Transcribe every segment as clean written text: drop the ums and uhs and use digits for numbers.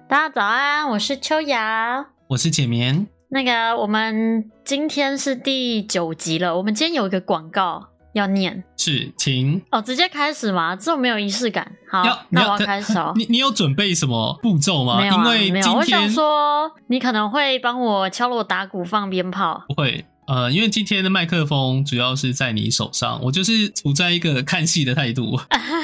大家早安，我是秋雅， 我是简眠。 我们今天是第9集了，我们今天有一个广告要念， 是，请直接开始吗？这么没有仪式感。好，那我要开始哦。 你有准备什么步骤吗？ 没有啊， 因为今天我想说你可能会帮我敲锣打鼓放鞭炮。 不会，因为今天的麦克风主要是在你手上，我就是处在一个看戏的态度。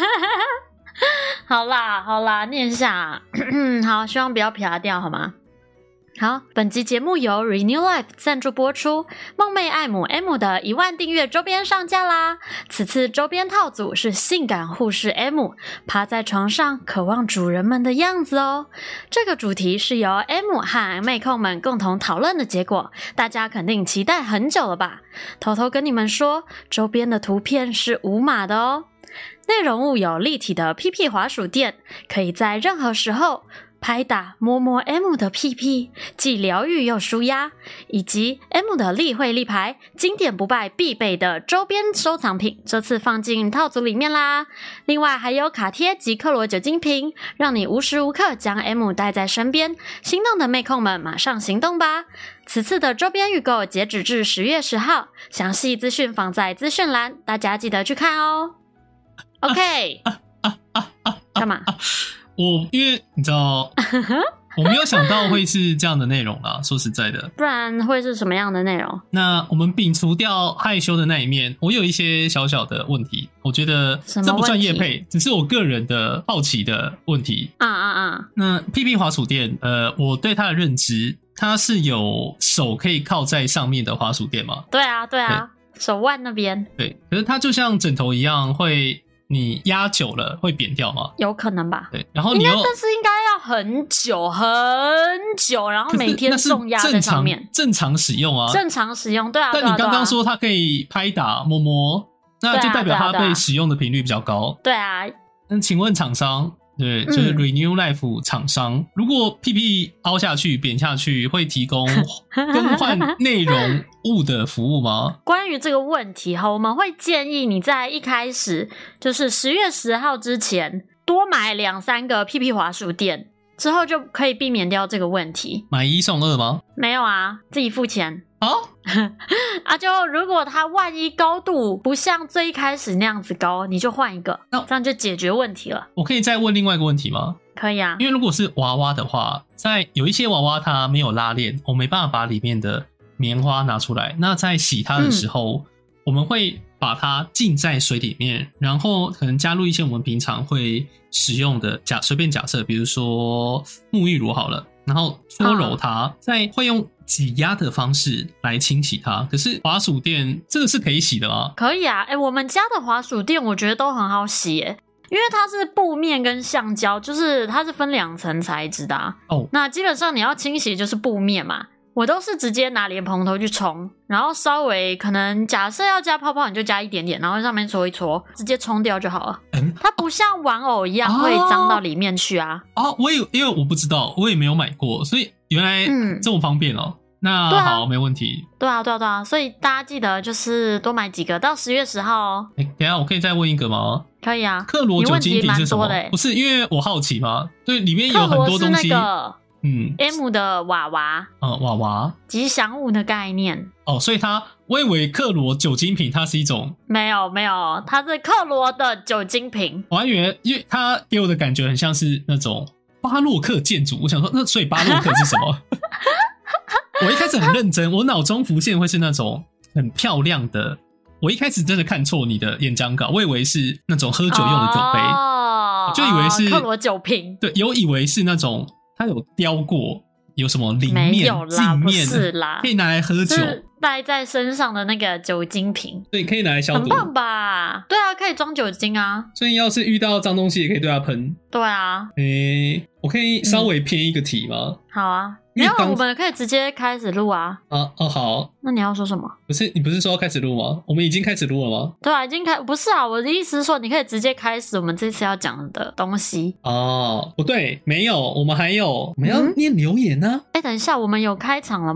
好啦，念一下。好，希望不要撇掉好吗？好，本集节目由 Renew Life 赞助播出。梦寐爱姆 M 的1万订阅周边上架啦！此次周边套组是性感护士 M 趴在床上渴望主人们的样子哦。这个主题是由 M 和妹控们共同讨论的结果，大家肯定期待很久了吧？偷偷跟你们说，周边的图片是无码的哦。内容物有立体的屁屁滑鼠垫，可以在任何时候拍打摸摸 M 的屁屁，既疗愈又舒压，以及 M 的立绘立牌，经典不败必备的周边收藏品，这次放进套组里面啦。另外还有卡贴及克罗酒精瓶，让你无时无刻将 M 带在身边。心动的妹控们马上行动吧！此次的周边预购截止至10月10号，详细资讯放在资讯栏，大家记得去看哦。OK， 干嘛？ 因为你知道，我没有想到会是这样的内容啦。说实在的， 不然会是什么样的内容？ 那我们摒除掉害羞的那一面，我有一些小小的问题，我觉得这不算业配，只是我个人的好奇的问题。那屁屁滑鼠垫，我对它的认知，它是有手可以靠在上面的滑鼠垫吗？ 对啊，手腕那边。对， 可是它就像枕头一样会。你压久了会扁掉吗？ 有可能吧。 对，然后你但是应该要很久很久，然后每天重压在上面。 正常使用啊， 正常使用，对啊。 但你刚刚说它可以拍打摸摸，那就代表它被使用的频率比较高。 对啊。 那请问厂商，对，就是 Renew Life 厂商，如果屁屁凹下去、扁下去，会提供更换内容物的服务吗？ 关于这个问题哈，我们会建议你在一开始就是10月10号之前多买2-3个屁屁滑鼠垫，之后就可以避免掉这个问题。买 1送2吗？ 没有啊，自己付钱。就如果它万一高度不像最一开始那样子高，你就换一个，这样就解决问题了。 我可以再问另外一个问题吗？ 可以啊。 因为如果是娃娃的话，在有一些娃娃它没有拉链，我没办法把里面的棉花拿出来，那在洗它的时候，我们会把它浸在水里面，然后可能加入一些我们平常会使用的随便假设，比如说沐浴乳好了，然后搓揉它，再会用挤压的方式来清洗它。可是滑鼠垫这个是可以洗的吗？ 可以啊，我们家的滑鼠垫我觉得都很好洗耶，因为它是布面跟橡胶，就是它是分2层材质的啊。那基本上你要清洗就是布面嘛，我都是直接拿莲蓬头去冲，然后稍微可能假设要加泡泡，你就加一点点，然后上面搓一搓，直接冲掉就好了。它不像玩偶一样会脏到里面去啊。 因为我不知道，我也没有买过，所以原来这么方便哦。那好，没问题。 对啊，所以大家记得就是多买几个，到10月10号哦。 等一下我可以再问一个吗？ 可以啊。 克罗酒精瓶是什么？不是，因为我好奇嘛。对，里面有很多东西。M 的娃娃， 娃娃吉祥物的概念。 所以我以为克罗酒精瓶它是一种， 没有，它是克罗的酒精瓶。 我还以为，因为它给我的感觉很像是那种巴洛克建筑，我想说，那所以巴洛克是什么？我一开始很认真，我脑中浮现会是那种很漂亮的。我一开始真的看错你的演讲稿，我以为是那种喝酒用的酒杯，我就以为是克罗酒瓶。 对，以为是那种它有雕过，有什么鳞面、镜面， 不是啦， 可以拿来喝酒。 带在身上的那个酒精瓶， 对，可以拿来消毒， 很棒吧？对啊，可以装酒精啊。 所以要是遇到脏东西，也可以对它喷。 对啊。 我可以稍微偏一个题吗？ 好啊。没有，我们可以直接开始录啊。 好。 那你要说什么？ 你不是说要开始录吗？我们已经开始录了吗？ 对啊，已经不是啊，我的意思是说，你可以直接开始我们这次要讲的东西。 不对，没有，我们要念留言呢。 等一下，我们有开场了吗？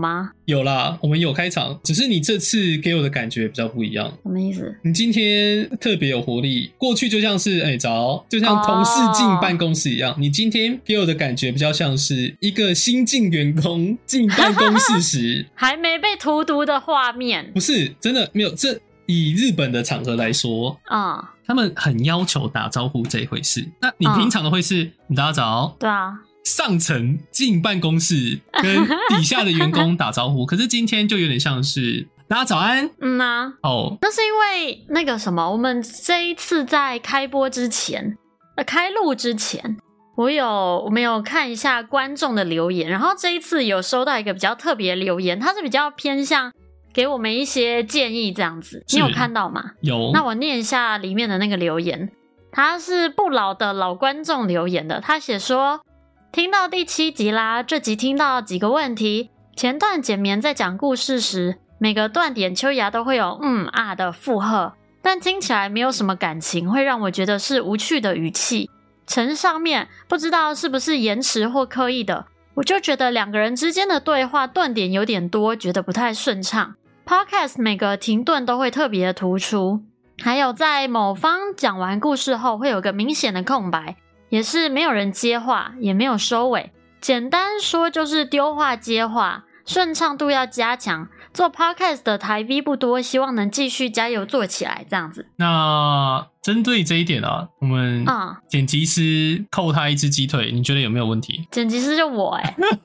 有啦，我们有开场，只是你这次给我的感觉比较不一样。 什么意思？ 你今天特别有活力，过去就像是就像同事进办公室一样，你今天给我的感觉比较像是一个新进员工进办公室时还没被荼毒的画面。 不是真的没有，这以日本的场合来说他们很要求打招呼这一回事。那你平常的会是你打早， 对啊， 上层进办公室跟底下的员工打招呼可是今天就有点像是大家早安。那是因为那个什么，我们这一次在开播之前开录之前我们有看一下观众的留言，然后这一次有收到一个比较特别的留言，它是比较偏向给我们一些建议这样子，你有看到吗？ 有。 那我念一下里面的那个留言，他是不老的老观众留言的，他写说听到第7集啦，这集听到几个问题。前段简眠在讲故事时，每个断点秋芽都会有的附和，但听起来没有什么感情，会让我觉得是无趣的语气。呈上面不知道是不是延迟或刻意的，我就觉得两个人之间的对话断点有点多，觉得不太顺畅。Podcast 每个停顿都会特别的突出，还有在某方讲完故事后会有个明显的空白，也是没有人接话，也没有收尾。简单说就是丢话接话，顺畅度要加强。做 podcast 的台 V 不多，希望能继续加油做起来这样子。 那针对这一点我们剪辑师扣他一只鸡腿，你觉得有没有问题？ 剪辑师就我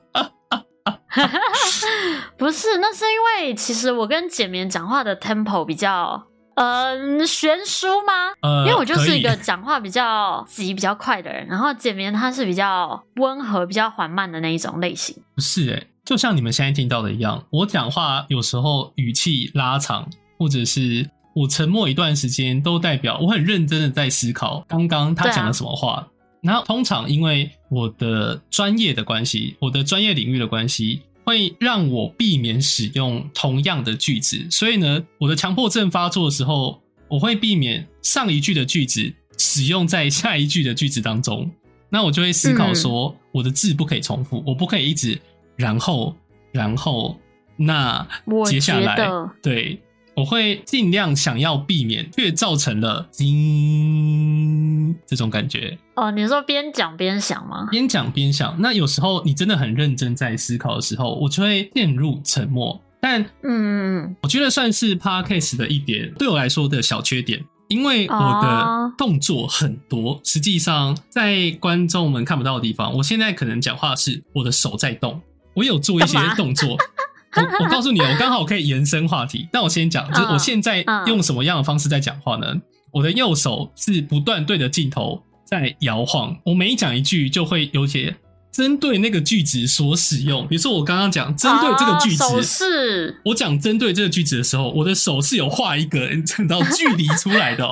不是，那是因为其实我跟简眠讲话的 tempo 比较悬殊吗？因为我就是一个讲话比较急比较快的人，然后简眠他是比较温和比较缓慢的那一种类型。 不是就像你们现在听到的一样，我讲话有时候语气拉长，或者是我沉默一段时间，都代表我很认真的在思考刚刚他讲了什么话。然后通常因为我的专业的关系，我的专业领域的关系，会让我避免使用同样的句子，所以呢，我的强迫症发作的时候，我会避免上一句的句子使用在下一句的句子当中。那我就会思考说，我的字不可以重复，我不可以一直然后那接下来，对，我会尽量想要避免，却造成了这种感觉。 你说边讲边想吗？ 边讲边想。那有时候你真的很认真在思考的时候，我就会陷入沉默。但我觉得算是 Podcast 的一点对我来说的小缺点，因为我的动作很多，实际上在观众们看不到的地方，我现在可能讲话是我的手在动，我有做一些动作。我告诉你，我刚好可以延伸话题。但我先讲，就是我现在用什么样的方式在讲话呢？我的右手是不断对着镜头在摇晃，我每讲一句就会有些针对那个句子所使用。比如说我刚刚讲针对这个句子， 手势， 我讲针对这个句子的时候，我的手是有画一个你知道距离出来的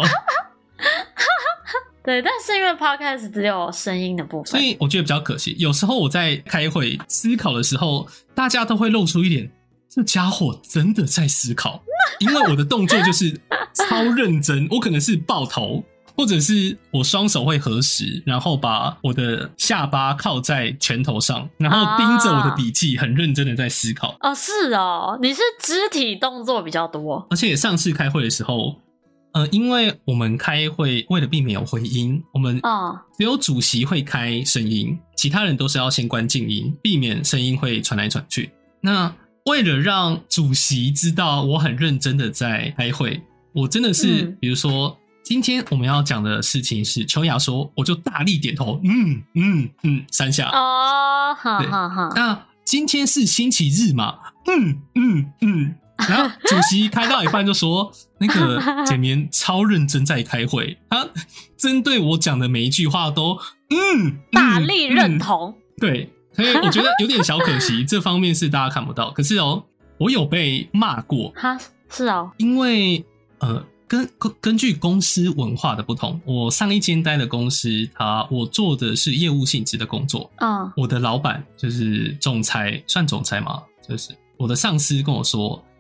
对，但是因为 podcast 只有声音的部分， 所以我觉得比较可惜。有时候我在开会思考的时候，大家都会露出一点这家伙真的在思考，因为我的动作就是超认真，我可能是抱头，或者是我双手会合十，然后把我的下巴靠在拳头上，然后盯着我的笔记，很认真的在思考。 是你是肢体动作比较多。 而且上次开会的时候因为我们开会为了避免有回音，我们只有主席会开声音，其他人都是要先关静音，避免声音会传来传去。那为了让主席知道我很认真的在开会，我真的是比如说今天我们要讲的事情是秋雅说，我就大力点头3下。那今天是星期日嘛，然后主席开到一半就说那个简眠超认真在开会，他针对我讲的每一句话都大力认同。 对，所以我觉得有点小可惜这方面是大家看不到。可是我有被骂过。 是因为根据公司文化的不同，我上一间待的公司我做的是业务性质的工作。我的老板就是总裁，算总裁嘛，就是我的上司跟我说，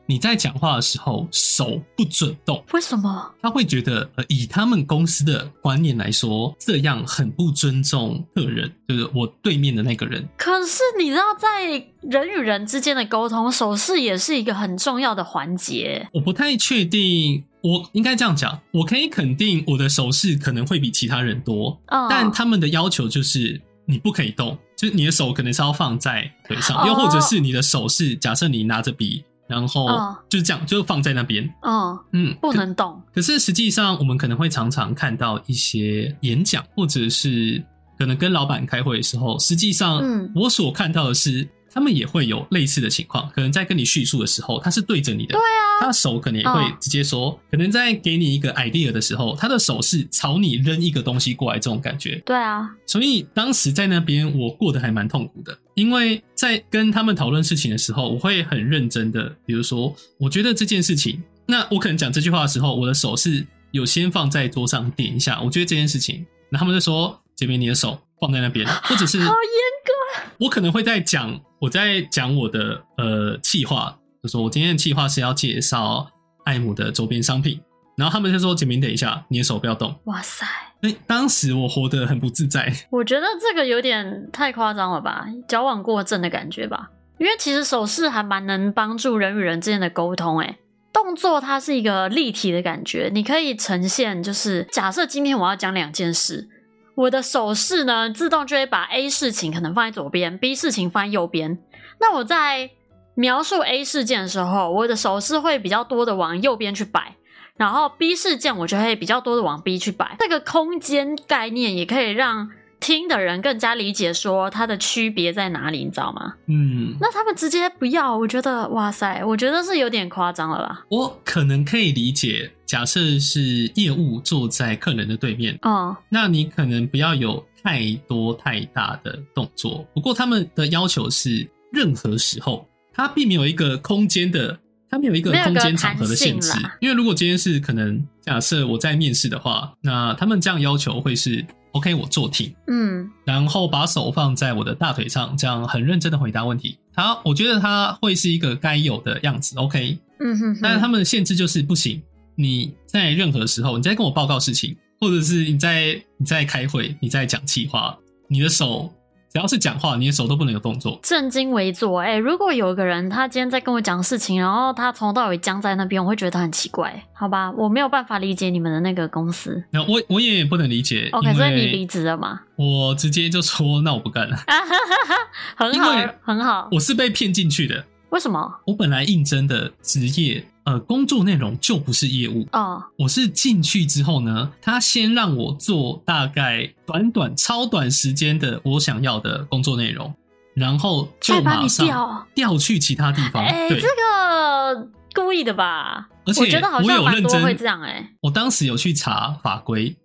你在讲话的时候手不准动。 为什么？ 他会觉得以他们公司的观念来说，这样很不尊重客人，就是我对面的那个人。 可是你知道在人与人之间的沟通，手势也是一个很重要的环节。 我不太确定，我应该这样讲，我可以肯定我的手势可能会比其他人多，但他们的要求就是你不可以动，就是你的手可能是要放在腿上，又或者是你的手是假设你拿着笔，然后就是这样，就放在那边，不能动。可是实际上我们可能会常常看到一些演讲，或者是可能跟老板开会的时候，实际上我所看到的是他们也会有类似的情况，可能在跟你叙述的时候他是对着你的， 对啊， 他的手可能也会直接说，可能在给你一个 idea 的时候，他的手是朝你扔一个东西过来这种感觉。 对啊， 所以当时在那边我过得还蛮痛苦的，因为在跟他们讨论事情的时候，我会很认真的，比如说我觉得这件事情，那我可能讲这句话的时候，我的手是有先放在桌上点一下，我觉得这件事情，那他们就说姐妹你的手放在那边，或者是好严格。 我可能会在讲我的企划，就说我今天的企划是要介绍爱姆的周边商品，然后他们就说姐妹等一下，你的手不要动。 哇塞， 当时我活得很不自在。 我觉得这个有点太夸张了吧，矫枉过正的感觉吧。因为其实手势还蛮能帮助人与人之间的沟通动作它是一个立体的感觉，你可以呈现，就是假设今天我要讲2件事，我的手势呢自动就会把 A 事情可能放在左边， B 事情放在右边。那我在描述 A 事件的时候，我的手势会比较多的往右边去摆，然后 B 事件我就会比较多的往 B 去摆。这个空间概念也可以让听的人更加理解说它的区别在哪里，你知道吗？那他们直接不要，我觉得哇塞，我觉得是有点夸张了啦。 我可能可以理解，假设是业务坐在客人的对面，那你可能不要有太多太大的动作。不过他们的要求是任何时候，它并没有一个空间的，它没有一个空间场合的限制。因为如果今天是可能假设我在面试的话，那他们这样要求会是 OK 我坐挺，然后把手放在我的大腿上，这样很认真的回答问题。我觉得它会是一个该有的样子 OK。但是他们的限制就是不行，你在任何时候，你在跟我报告事情，或者是你在开会，你在讲企划，你的手只要是讲话，你的手都不能有动作。正襟危坐。如果有一个人他今天在跟我讲事情，然后他从头到尾僵在那边，我会觉得他很奇怪。好吧，我没有办法理解你们的那个公司。 那我也不能理解。 OK， 所以你离职了吗？ 我直接就说那我不干了。 很好，很好。 我是被骗进去的。为什么？我本来应征的职业工作内容就不是业务我是进去之后呢，他先让我做大概超短时间的我想要的工作内容，然后就马上调去其他地方。对， 这个故意的吧？ 而且我觉得好像蛮多会这样我当时有去查法规，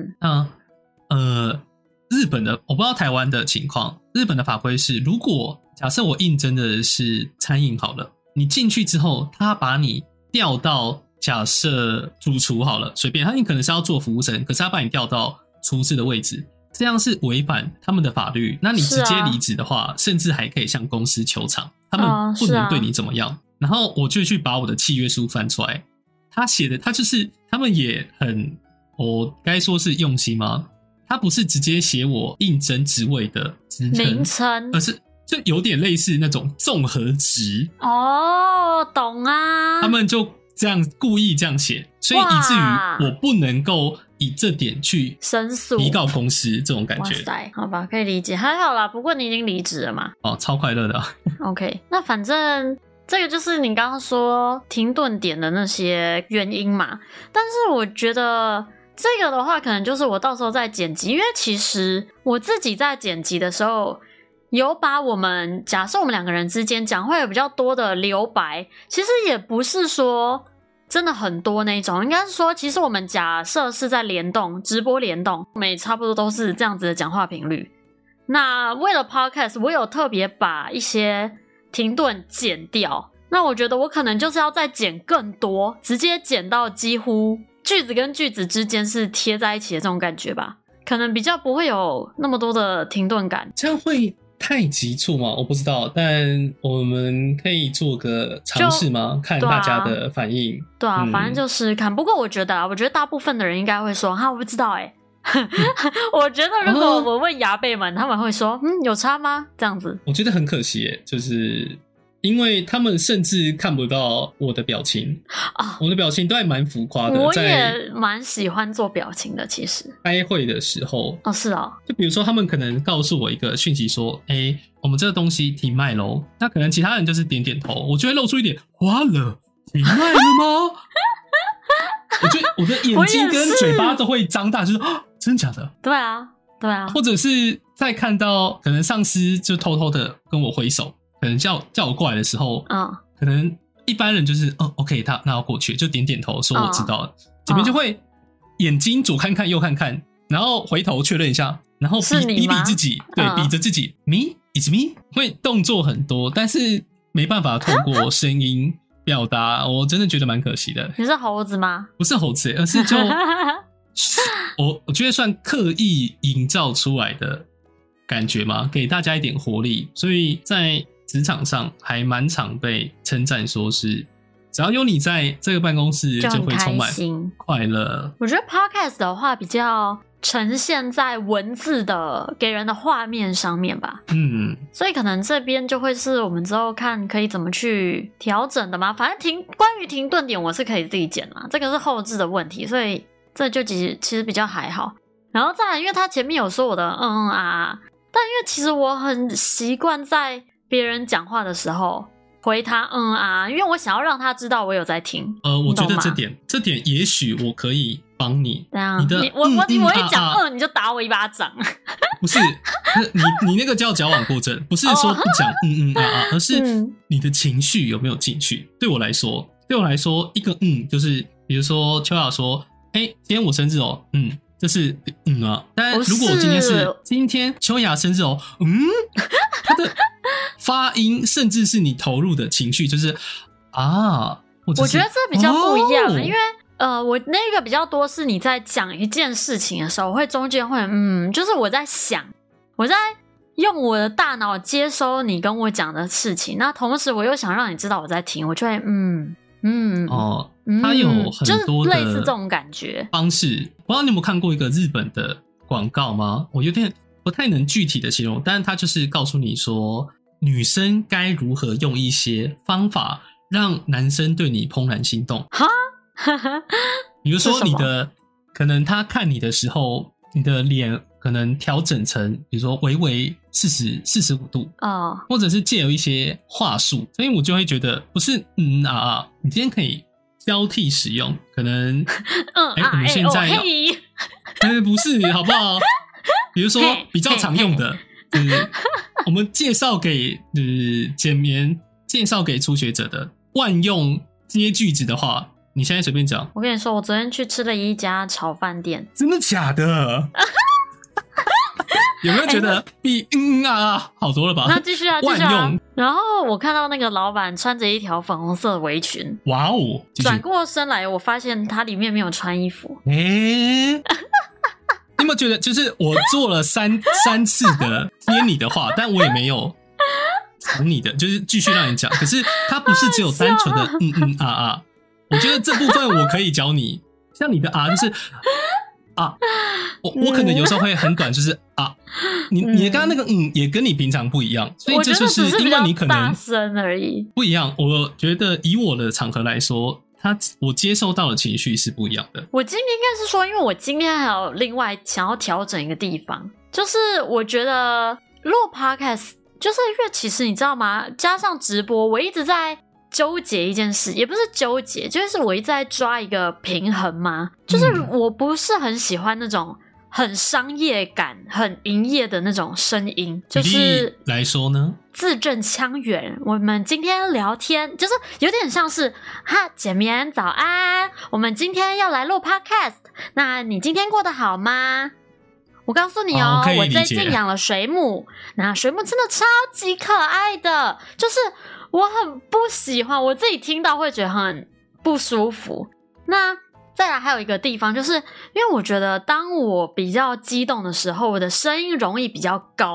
日本的我不知道台湾的情况，日本的法规是，如果假设我应征的是餐饮好了，你进去之后，他把你调到假设主厨好了，随便，你可能是要做服务生，可是他把你调到厨师的位置，这样是违反他们的法律。那你直接离职的话，甚至还可以向公司求偿，他们不能对你怎么样。然后我就去把我的契约书翻出来，他写的，他们也很，我该说是用心吗？他不是直接写我应征职位的名称，而是就有点类似那种综合职。 懂啊。 他们就这样故意这样写，所以以至于我不能够以这点去申诉提告公司这种感觉。哇塞， 好吧，可以理解，还好啦。不过你已经离职了嘛？ 超快乐的。 OK， 那反正这个就是你刚刚说停顿点的那些原因嘛。但是我觉得这个的话，可能就是我到时候再剪辑，因为其实我自己在剪辑的时候，有把假设我们2个人之间讲会有比较多的留白，其实也不是说真的很多那种，应该是说，其实我们假设是在直播联动，我们也差不多都是这样子的讲话频率。那为了 podcast， 我有特别把一些停顿剪掉，那我觉得我可能就是要再剪更多，直接剪到几乎句子跟句子之间是贴在一起的这种感觉吧，可能比较不会有那么多的停顿感。 这样会太急促吗？我不知道，但我们可以做个尝试吗？看大家的反应。 对啊，反正就试试看。不过我觉得大部分的人应该会说，哈，我不知道我觉得如果我问牙贝们，他们会说，有差吗？这样子， 我觉得很可惜耶，就是因为他们甚至看不到我的表情啊，我的表情都还蛮浮夸的。 我也蛮喜欢做表情的，其实。 开会的时候是哦， 就比如说他们可能告诉我一个讯息说，我们这个东西停卖咯，那可能其他人就是点点头，我就会露出一点花了，停卖了吗？我觉得我的眼睛跟嘴巴都会张大，就是真的假的？ 对啊，对啊。 或者是在看到可能上司就偷偷的跟我挥手，可能叫我过来的时候，可能一般人就是OK， 那要过去就点点头说我知道了，这边就会眼睛左看看右看看，然后回头确认一下，然后比自己，对，比着自己 ，me it's me， 会动作很多，但是没办法透过声音表达，我真的觉得蛮可惜的。 你是猴子吗？ 不是猴子，而是就我觉得算刻意营造出来的感觉嘛，给大家一点活力，所以在职场上还蛮常被称赞，说是只要有你在这个办公室就会充满快乐。 我觉得 podcast 的话比较呈现在文字的给人的画面上面吧，所以可能这边就会是我们之后看可以怎么去调整的嘛。反正关于停顿点我是可以自己剪嘛，这个是后置的问题，所以这就其实比较还好。然后再来，因为他前面有说我的但因为其实我很习惯在别人讲话的时候回他因为我想要让他知道我有在听。 我觉得这点也许我可以帮你。 我一讲你就打我一巴掌。 不是，你那个叫矫枉过正，不是说不讲而是你的情绪有没有进去。对我来说一个就是比如说秋雅说今天我生日哦，这是但如果我今天秋雅生日哦，他的发音甚至是你投入的情绪，就是我觉得这比较不一样，因为我那个比较多是你在讲一件事情的时候，我会中间会就是我在想，我在用我的大脑接收你跟我讲的事情，那同时我又想让你知道我在听，我就会它有很多的就是类似这种感觉方式。不知道你有没有看过一个日本的广告吗？我有点不太能具体的形容，但是它就是告诉你说女生该如何用一些方法让男生对你怦然心动。比如说你的可能他看你的时候，你的脸可能调整成比如说微微45度或者是借由一些话术，所以我就会觉得不是你今天可以交替使用，可能我们现在要不是好不好？比如说比较常用的我们介绍给简棉介绍给初学者的万用接句子的话，你现在随便讲。 我跟你说，我昨天去吃了一家炒饭店。 真的假的？有没有觉得比好多了吧？ 那继续啊，万用。然后我看到那个老板穿着一条粉红色的围裙， 哇哦！ 转过身来，我发现他里面没有穿衣服。 你有没有觉得，就是我做了三次的接你的话，但我也没有抢你的，就是继续让你讲。可是他不是只有单纯的我觉得这部分我可以教你，像你的就是我可能有时候会很短，就是你刚刚那个也跟你平常不一样，所以这就是因为你可能大声而已不一样。我觉得以我的场合来说，我接受到的情绪是不一样的。 我今天应该是说，因为我今天还有另外想要调整一个地方，就是我觉得录 podcast， 就是因为其实你知道吗？加上直播，我一直在纠结一件事，也不是纠结，就是我一直在抓一个平衡嘛。就是我不是很喜欢那种很商业感、很营业的那种声音。就是来说呢， 字正腔圆。我们今天聊天就是有点像是简棉早安，我们今天要来录 podcast， 那你今天过得好吗？我告诉你我最近养了水母，那水母真的超级可爱的，就是我很不喜欢，我自己听到会觉得很不舒服。那再来还有一个地方，就是因为我觉得当我比较激动的时候，我的声音容易比较高，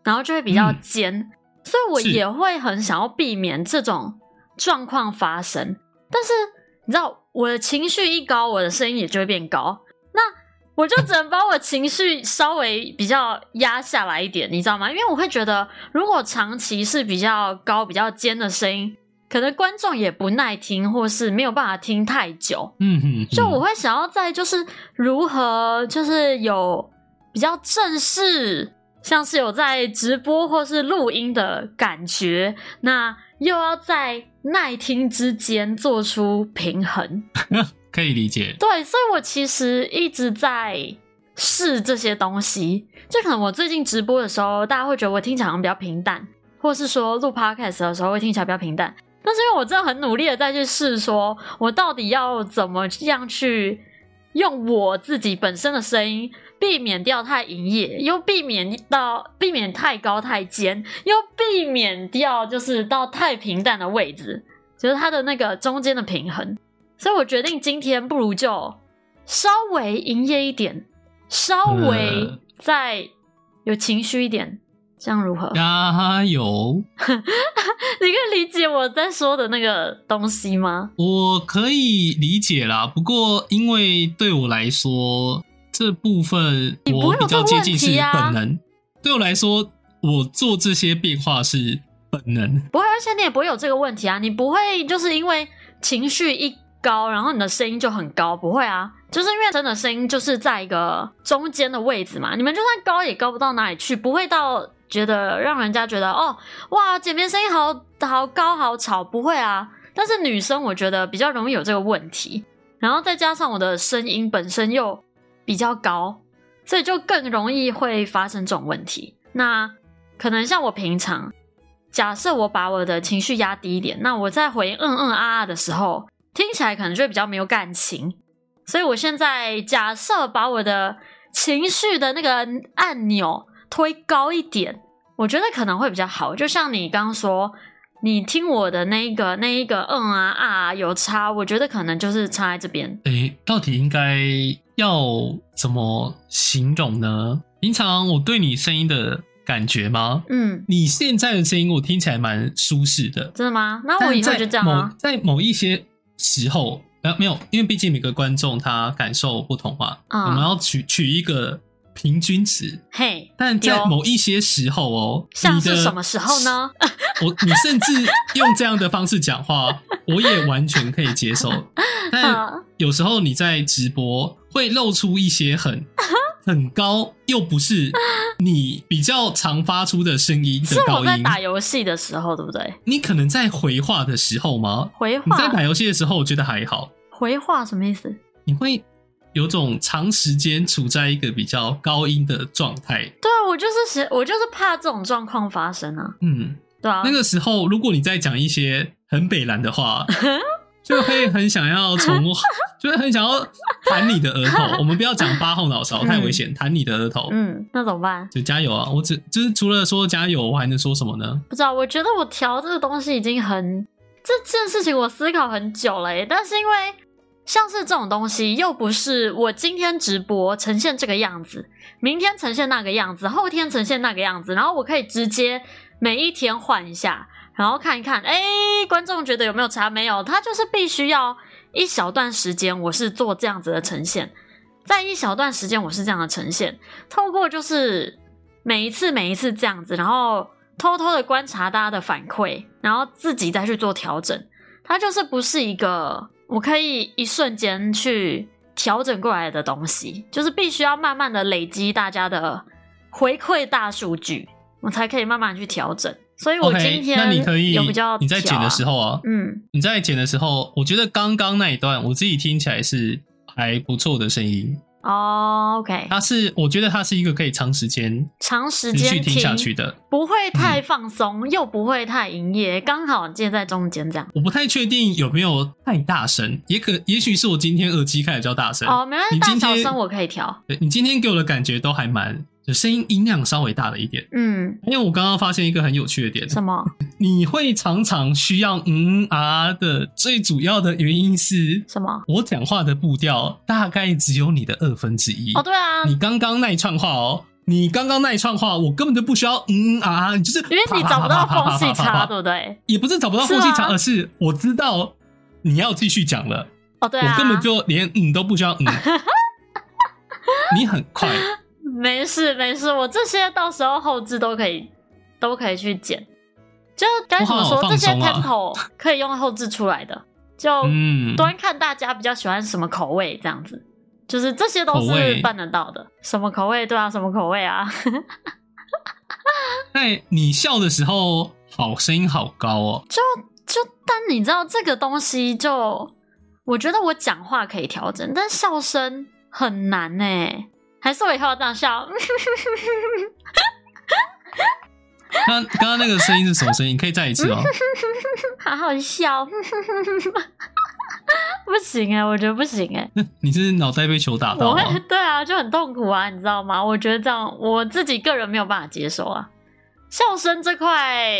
然后就会比较尖，所以我也会很想要避免这种状况发生。但是你知道，我的情绪一高，我的声音也就会变高，那我就只能把我情绪稍微比较压下来一点，你知道吗？因为我会觉得，如果长期是比较高、比较尖的声音，可能观众也不耐听，或是没有办法听太久。就我会想要在就是如何就是有比较正式，像是有在直播或是录音的感觉，那又要在耐听之间做出平衡。 可以理解。 对，所以我其实一直在试这些东西。就可能我最近直播的时候，大家会觉得我听起来好像比较平淡，或是说录 podcast 的时候会听起来比较平淡。但是因为我真的很努力的再去试，说我到底要怎么样去用我自己本身的声音，避免掉太营业，又避免太高太尖，又避免掉就是到太平淡的位置，就是它的那个中间的平衡。所以我决定今天不如就稍微营业一点，稍微再有情绪一点，这样如何？ 加油！ 你可以理解我在说的那个东西吗？ 我可以理解啦，不过因为对我来说，这部分我比较接近是本能。对我来说，我做这些变化是本能。 不会，而且你也不会有这个问题啊，你不会就是因为情绪一高，然后你的声音就很高，不会啊，就是因为真的声音就是在一个中间的位置嘛，你们就算高也高不到哪里去，不会到觉得让人家觉得哦哇简编声音好高好吵，不会啊。但是女生我觉得比较容易有这个问题，然后再加上我的声音本身又比较高，所以就更容易会发生这种问题。那可能像我平常假设我把我的情绪压低一点，那我在回啊的时候听起来可能就会比较没有感情，所以我现在假设把我的情绪的那个按钮推高一点，我觉得可能会比较好。就像你刚刚说，你听我的那一个有差，我觉得可能就是差在这边。 到底应该要怎么形容呢？平常我对你声音的感觉吗？你现在的声音我听起来蛮舒适的。 真的吗？那我以后就这样啊。 在某一些时候没有，因为毕竟每个观众他感受不同嘛，我们要取一个平均值。 嘿， 但在某一些时候哦， 像是什么时候呢？ 你甚至用这样的方式讲话，我也完全可以接受。但有时候你在直播会露出一些很高又不是你比较常发出的声音的高音。 是我在打游戏的时候，对不对？ 你可能在回话的时候吗？ 回话？ 你在打游戏的时候，我觉得还好。 回话什么意思？ 你会有种长时间处在一个比较高音的状态。 对啊，我就是怕这种状况发生啊。对啊。 那个时候，如果你在讲一些很北蓝的话，就会很想要就会很想要弹你的额头。我们不要讲8后脑勺，太危险，弹你的额头。 那怎么办？ 就加油啊！就是除了说加油，我还能说什么呢？ 不知道，我觉得我调这个东西已经这件事情我思考很久了耶。但是因为像是这种东西，又不是我今天直播呈现这个样子，明天呈现那个样子，后天呈现那个样子，然后我可以直接每一天换一下，然后看一看，观众觉得有没有差？没有，他就是必须要一小段时间我是做这样子的呈现，在一小段时间我是这样的呈现，透过就是每一次这样子，然后偷偷的观察大家的反馈，然后自己再去做调整。它就是不是一个我可以一瞬间去调整过来的东西，就是必须要慢慢的累积大家的回馈大数据，我才可以慢慢去调整。所以我今天那你可以有比较你在剪的时候啊，你在剪的时候，我觉得刚刚那一段我自己听起来是还不错的声音。 OK， 我觉得它是一个可以长时间持续听下去的， 不会太放松，又不会太营业，刚好介在中间这样。 我不太确定有没有太大声，也许是我今天耳机开得比较大声。 没关系，大小声我可以调。 对，你今天给我的感觉都还蛮就声音音量稍微大了一点。因为我刚刚发现一个很有趣的点。 什么？ 你会常常需要的最主要的原因是什么？我讲话的步调大概只有你的1/2。 对啊， 你刚刚那一串话你刚刚那一串话，我根本就不需要你就是因为你找不到缝隙插，对不对？ 也不是找不到缝隙插，而是我知道你要继续讲了。 哦，对啊， 我根本就连都不需要你很快。 没事没事，我这些到时候后置都可以去剪。就该怎么说，这些 tempo 可以用后置出来的，就端看大家比较喜欢什么口味这样子。就是这些都是办得到的。什么口味？对啊，什么口味啊？ 在你笑的时候，声音好高哦。 但你知道这个东西我觉得我讲话可以调整，但笑声很难欸。还是我以后要这样笑？ 那刚刚那个声音是什么声音？可以再一次吗？ 好好笑。不行我觉得不行你是脑袋被球打到吗？ 对啊，就很痛苦啊，你知道吗？我觉得这样我自己个人没有办法接受啊。笑声这块，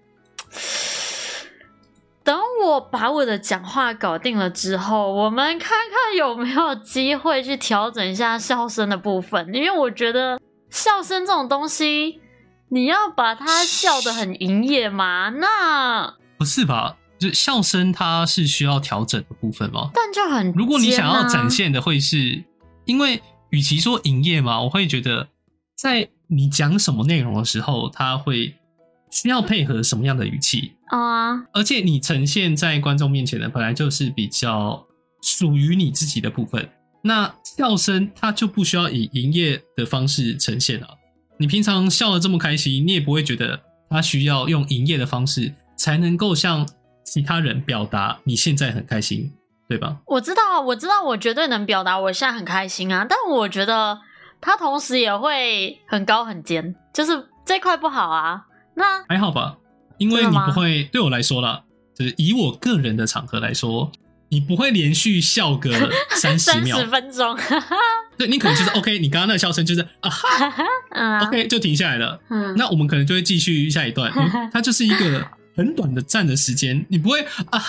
等我把我的讲话搞定了之后，我们看看有没有机会去调整一下笑声的部分，因为我觉得笑声这种东西，你要把它笑得很营业吗？那不是吧？就笑声它是需要调整的部分吗？ 但就很如果你想要展现的会是，因为与其说营业嘛，我会觉得在你讲什么内容的时候，它会需要配合什么样的语气而且你呈现在观众面前的本来就是比较属于你自己的部分，那笑声它就不需要以营业的方式呈现了。你平常笑得这么开心，你也不会觉得它需要用营业的方式才能够向其他人表达你现在很开心，对吧？ 我知道，我绝对能表达我现在很开心啊，但我觉得它同时也会很高很尖，就是这块不好啊。那还好吧，因为你不会，对我来说啦，就是以我个人的场合来说，你不会连续笑个30秒 30分钟对，你可能就是 OK， 你刚刚那个笑声就是OK 就停下来了那我们可能就会继续下一段它就是一个很短的站的时间，你不会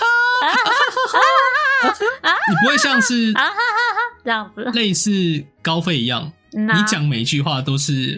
你不会像是这样子类似高飞一样你讲每一句话都是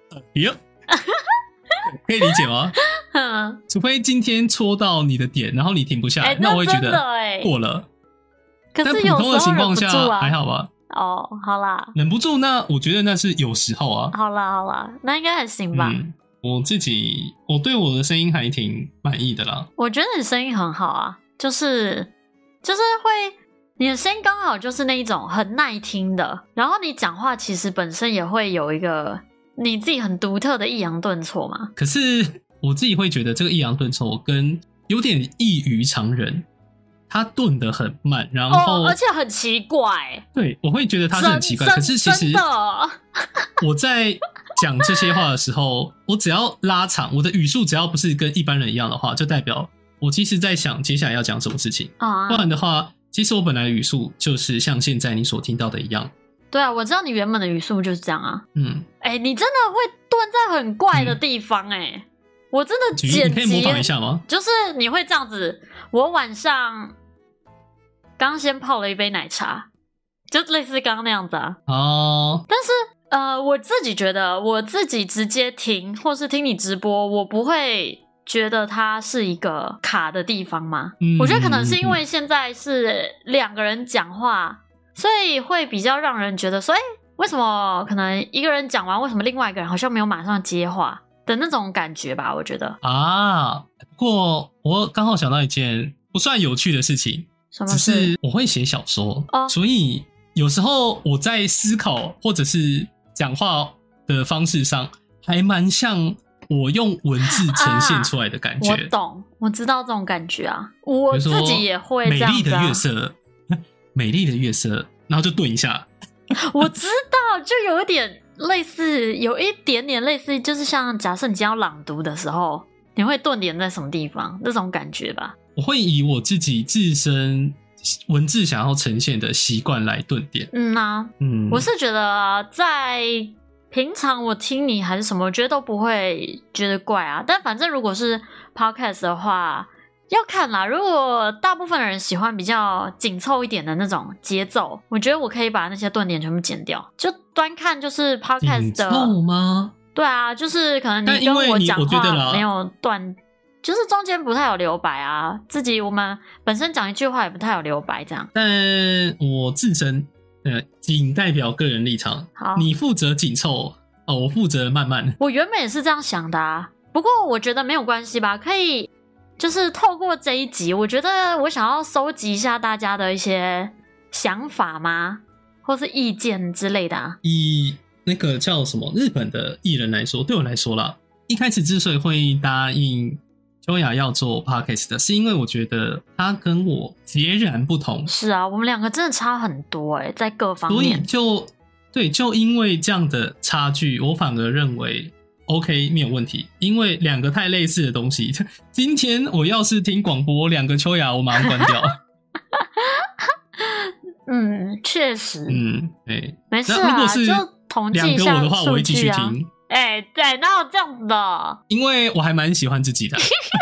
可以理解吗？除非今天戳到你的点，然后你停不下来，那我会觉得过了。 可是但普通的情况下还好吧？ 哦，好啦， 忍不住，那我觉得那是有时候啊。 好啦，那应该还行吧。 我对我的声音还挺满意的啦。 我觉得你声音很好啊，就是会，你的声音刚好就是那一种很耐听的，然后你讲话其实本身也会有一个你自己很独特的抑扬顿挫嘛。 可是我自己会觉得这个抑扬顿挫跟有点异于常人，它顿得很慢，然后而且很奇怪。 对，我会觉得它是很奇怪。可是其实我在讲这些话的时候，我只要拉长我的语速，只要不是跟一般人一样的话，就代表我其实在想接下来要讲什么事情不然的话，其实我本来的语速就是像现在你所听到的一样。 对啊，我知道你原本的语速就是这样啊。你真的会顿在很怪的地方我真的剪辑， 你可以模仿一下吗？ 就是你会这样子，我晚上刚先泡了一杯奶茶，就类似刚刚那样子啊。但是我自己觉得，我自己直接听或是听你直播，我不会觉得它是一个卡的地方吗？我觉得可能是因为现在是2个人讲话，所以会比较让人觉得说，为什么可能一个人讲完，为什么另外一个人好像没有马上接话的那种感觉吧？我觉得不过我刚好想到一件不算有趣的事情，只是我会写小说所以有时候我在思考或者是讲话的方式上，还蛮像我用文字呈现出来的感觉。 我懂，我知道这种感觉啊，我自己也会这样子美丽的月色，美丽的月色，然后就顿一下。 我知道，就有一点类似，有一点点类似，就是像假设你今天要朗读的时候，你会顿点在什么地方，那种感觉吧。 我会以我自己自身文字想要呈现的习惯来顿点。我是觉得在平常我听你还是什么，我觉得都不会觉得怪啊。但反正如果是 podcast 的话， 要看啦，如果大部分人喜欢比较紧凑一点的那种节奏，我觉得我可以把那些顿点全部剪掉，就端看就是 podcast 的。紧凑吗？ 对啊，就是可能你跟我讲话没有断，就是中间不太有留白啊，我们本身讲一句话也不太有留白这样。 但我自称仅代表个人立场， 好， 你负责紧凑我负责慢慢。 我原本也是这样想的啊，不过我觉得没有关系吧，可以就是透过这一集，我觉得我想要收集一下大家的一些想法吗，或是意见之类的啊。 以那个叫什么日本的艺人来说，对我来说啦，一开始之所以会答应秋雅要做 podcast 的，是因为我觉得他跟我截然不同。 是啊，我们两个真的差很多在各方面。 所以就因为这样的差距，我反而认为 OK 没有问题，因为两个太类似的东西。今天我要是听广播两个秋雅，我马上关掉。 确实。 对， 没事啊， 如果是就统计一下两个我的话，我会继续听。 对，哪有这样子的？ 因为我还蛮喜欢自己的。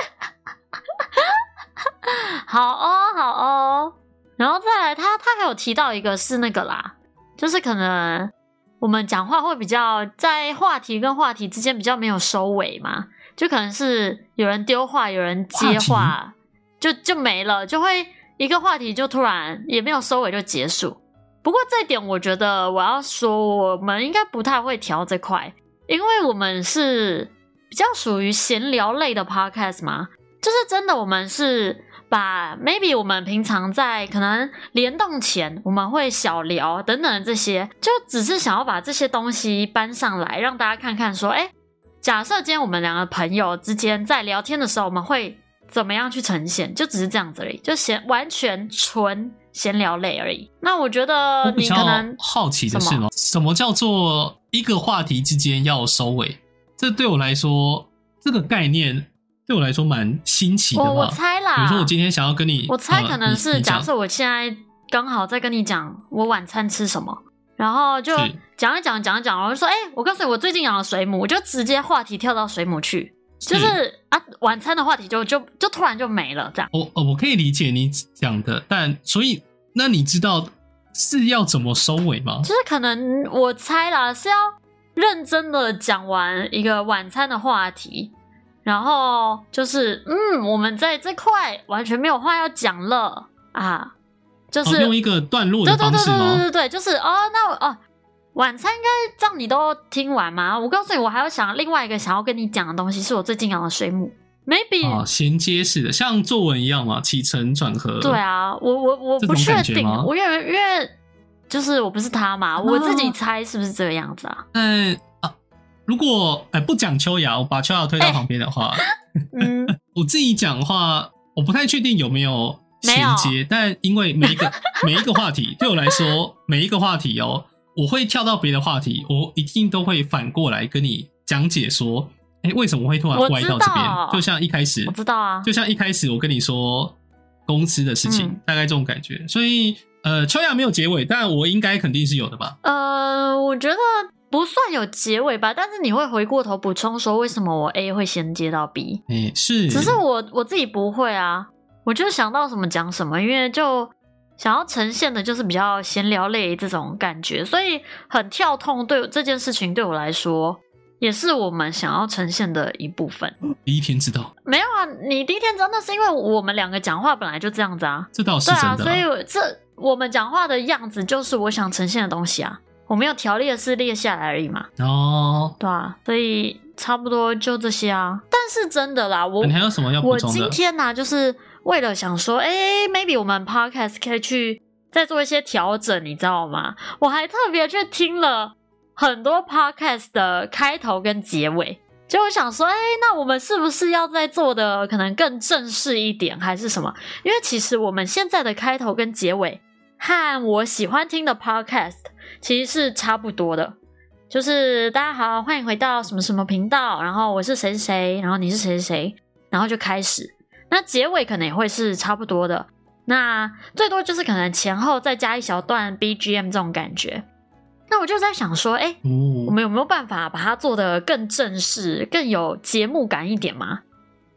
好哦。然后再来，他还有提到一个是那个啦，就是可能我们讲话会比较在话题跟话题之间比较没有收尾嘛，就可能是有人丢话，有人接话，就没了，就会一个话题就突然也没有收尾就结束。不过这一点我觉得我要说，我们应该不太会调这块，因为我们是比较属于闲聊类的 podcast 嘛，就是真的我们是把 maybe 我们平常在可能联动前我们会小聊等等的这些，就只是想要把这些东西搬上来让大家看看说，假设今天我们两个朋友之间在聊天的时候我们会怎么样去呈现，就只是这样子而已，就完全纯闲聊类而已。那我觉得你可能好奇的是什么叫做一个话题之间要收尾？这对我来说，这个概念对我来说蛮新奇的嘛。 我猜啦， 比如说我今天想要跟你， 我猜可能是假设我现在刚好在跟你讲我晚餐吃什么，然后就讲一讲，然后就说我告诉你我最近养了水母，我就直接话题跳到水母去，就是晚餐的话题就突然就没了这样。 我可以理解你讲的，但所以那你知道是要怎么收尾吗？ 就是可能我猜啦，是要认真的讲完一个晚餐的话题，然后就是我们在这块完全没有话要讲了啊，就是用一个段落的方式吗？ 对，就是晚餐应该这样你都听完吗？我告诉你，我还要想另外一个想要跟你讲的东西，是我最近养的水母 ，maybe 衔接式的，像作文一样嘛，起承转合。 对啊，我不确定，我因为就是我不是他嘛，我自己猜是不是这个样子啊？ 如果不讲秋雅，我把秋雅推到旁边的话，我自己讲的话，我不太确定有没有衔接，但因为每一个话题对我来说，每一个话题我会跳到别的话题，我一定都会反过来跟你讲解说，为什么会突然歪到这边？就像一开始， 我知道啊， 就像一开始我跟你说公司的事情，大概这种感觉。所以秋雅没有结尾，但我应该肯定是有的吧？ 我觉得不算有结尾吧，但是你会回过头补充说为什么我 A 会衔接到 B。 是， 只是我自己不会啊，我就想到什么讲什么，因为就想要呈现的就是比较闲聊类这种感觉，所以很跳痛。对这件事情对我来说，也是我们想要呈现的一部分。 第一天知道？ 没有啊，你第一天知道那是因为我们两个讲话本来就这样子啊。 这倒是真的。 对啊，所以我们讲话的样子就是我想呈现的东西啊。我没有条列式列下来而已嘛。对啊，所以差不多就这些啊。但是真的啦， 你还有什么要补充的？ 我今天呢，就是为了想说maybe 我们 podcast 可以去再做一些调整，你知道吗？我还特别去听了很多 podcast 的开头跟结尾，就我想说那我们是不是要再做的可能更正式一点还是什么？因为其实我们现在的开头跟结尾和我喜欢听的 podcast 其实是差不多的，就是大家好，欢迎回到什么什么频道，然后我是谁谁，然后你是谁谁，然后就开始。那结尾可能也会是差不多的，那最多就是可能前后再加一小段 BGM 这种感觉。那我就在想说我们有没有办法把它做得更正式更有节目感一点嘛？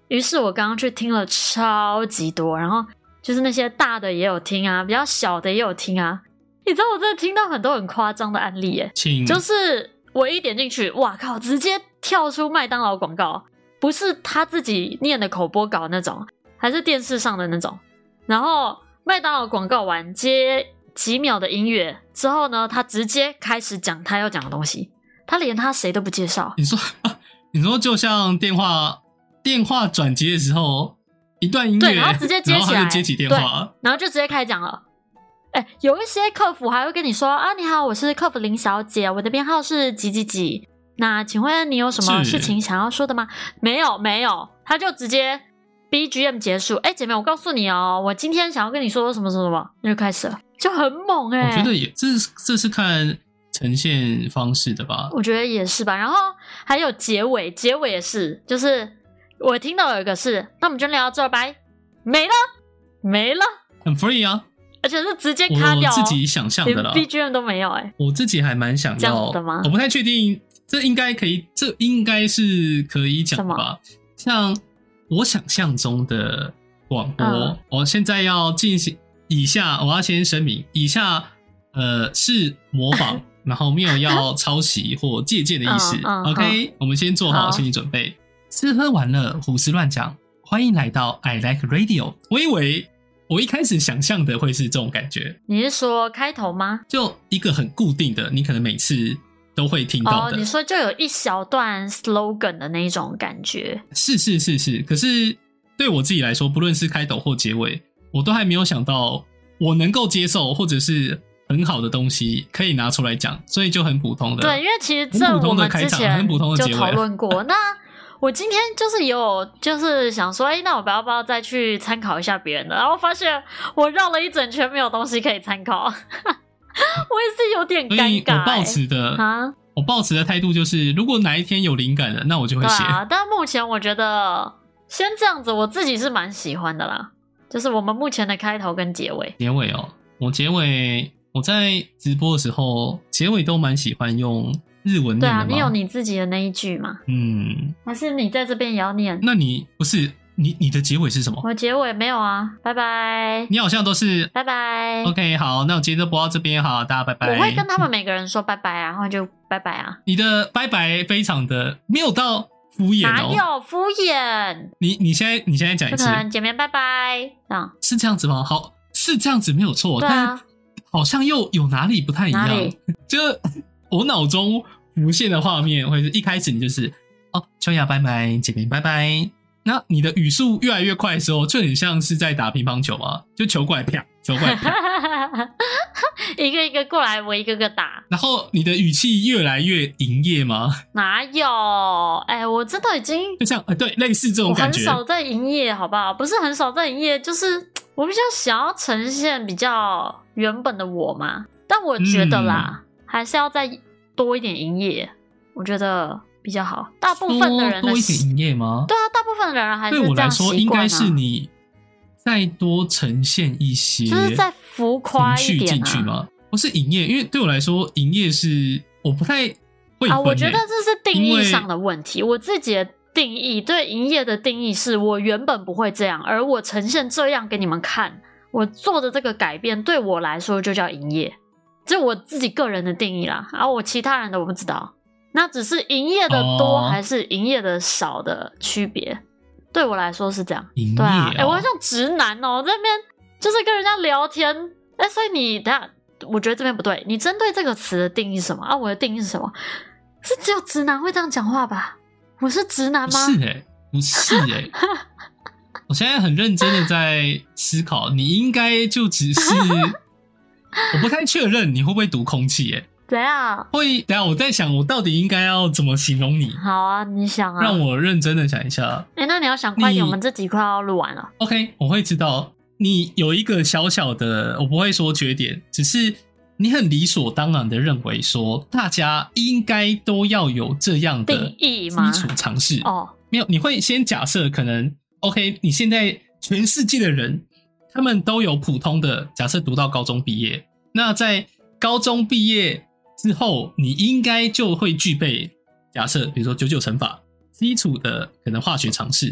于是我刚刚去听了超级多，然后就是那些大的也有听啊，比较小的也有听啊。你知道我真的听到很多很夸张的案例耶，就是我一点进去，哇靠，直接跳出麦当劳广告，不是他自己念的口播稿那种，还是电视上的那种。然后麦当劳广告完接几秒的音乐之后呢，他直接开始讲他要讲的东西，他连他谁都不介绍。 你说就像电话转接的时候，一段音乐， 对，然后直接接起来， 然后他就接起电话， 然后就直接开始讲了。有一些客服还会跟你说啊，你好，我是客服林小姐，我的编号是几几几，那请问你有什么事情想要说的吗？没有，他就直接 BGM 结束。姐妹，我告诉你哦，我今天想要跟你说什么什么什么，那就开始了，就很猛我觉得这是看呈现方式的吧， 我觉得也是吧。然后还有结尾也是，就是我听到有一个是，那我们就聊到这儿，拜，没了， 很 free 啊。 而且是直接卡掉， 我自己想象的啦， 连 BGM 都没有我自己还蛮想要这样子的吗？ 我不太确定，这应该是可以讲的吧？像我想象中的广播，我现在要进行以下，我要先声明，以下是模仿，然后没有要抄袭或借鉴的意思。OK， 我们先做好心理准备。吃喝玩乐，胡思乱讲，欢迎来到 I Like Radio。我以为我一开始想象的会是这种感觉。 你是说开头吗？ 就一个很固定的，你可能每次都会听到的。 你说就有一小段 slogan 的那种感觉。 是。可是对我自己来说，不论是开头或结尾，我都还没有想到我能够接受或者是很好的东西可以拿出来讲，所以就很普通的。 对，因为其实这我们之前就讨论过。那我今天就是想说，那我不要再去参考一下别人的，然后发现我绕了一整圈没有东西可以参考，我也是有点尴尬。 所以我抱持的态度就是，如果哪一天有灵感了，那我就会写。 但目前我觉得先这样子，我自己是蛮喜欢的啦。就是我们目前的开头跟结尾。 我在直播的时候，结尾都蛮喜欢用日文念的吗？ 对啊，你有你自己的那一句吗？还是你在这边也要念？ 那你不是你的结尾是什么？ 我结尾没有啊，拜拜。 你好像都是拜拜。 OK， 好，那我今天就播到这边，好，大家拜拜。 我会跟他们每个人说拜拜啊，然后就拜拜啊。 你的拜拜非常的没有到敷衍哪有敷衍？ 你现在讲一次， 不可能，见面拜拜， 是这样子吗？好，是这样子没有错， 对啊， 但好像又有哪里不太一样。就我脑中浮现的画面会是一开始你就是秋雅拜拜，见面拜拜。那你的语速越来越快的时候，就很像是在打乒乓球嘛，就球过来啪，球过来啪， 一个一个过来，我一个个打。 然后你的语气越来越营业吗？ 哪有？我真的已经就像对，类似这种感觉。 我很少在营业，好不好？不是很少在营业，就是我比较想要呈现比较原本的我嘛。但我觉得啦，还是要再多一点营业，我觉得比较好。大部分的人多一点营业吗？ 对啊，大部分的人还是对我来说，应该是啊你再多呈现一些， 就是再浮夸一点进去吗？不是营业，因为对我来说，营业是我不太会分。 我觉得这是定义上的问题。我自己的定义对营业的定义是我原本不会这样，而我呈现这样给你们看，我做的这个改变对我来说就叫营业。这我自己个人的定义啦，我其他人的我不知道，那只是营业的多还是营业的少的区别，对我来说是这样。对啊，我好像直男在那边就是跟人家聊天，所以你等下，我觉得这边不对，你针对这个词的定义是什么啊？我的定义是什么？是只有直男会这样讲话吧？我是直男吗？ 不是我现在很认真的在思考，你应该就只是我不太确认你会不会读空气怎样？ 等下我在想，我到底应该要怎么形容你？ 好啊，你想啊， 让我认真的想一下。 那你要想快点，我们这集快要录完了。 OK， 我会知道你有一个小小的，我不会说缺点，只是你很理所当然的认为说，大家应该都要有这样的基础常识。没有，你会先假设可能 OK， 你现在全世界的人，他们都有普通的，假设读到高中毕业，那在高中毕业之后，你应该就会具备假设比如说99乘法基础的可能化学常识。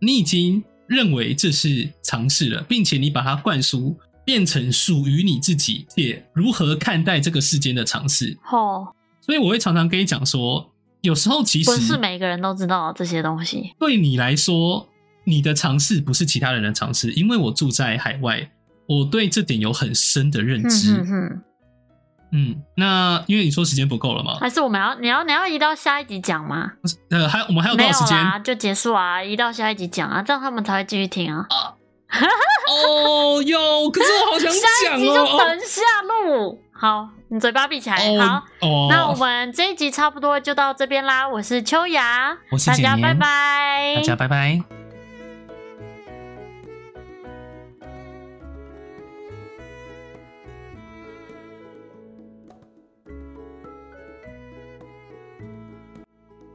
你已经认为这是常识了，并且你把它灌输变成属于你自己且如何看待这个世间的常识。所以我会常常跟你讲说，有时候其实不是每个人都知道这些东西。 对你来说，你的常识不是其他人的常识，因为我住在海外，我对这点有很深的认知。那因为你说时间不够了吗？ 还是我们你要移到下一集讲吗？ 我们还有多少时间？ 没有啦，就结束啊，移到下一集讲啊，这样他们才会继续听啊。 可是我好想讲下一集就等下录。好，你嘴巴闭起来。好，那我们这一集差不多就到这边啦。我是秋雅， 我是简言， 大家拜拜， 大家拜拜。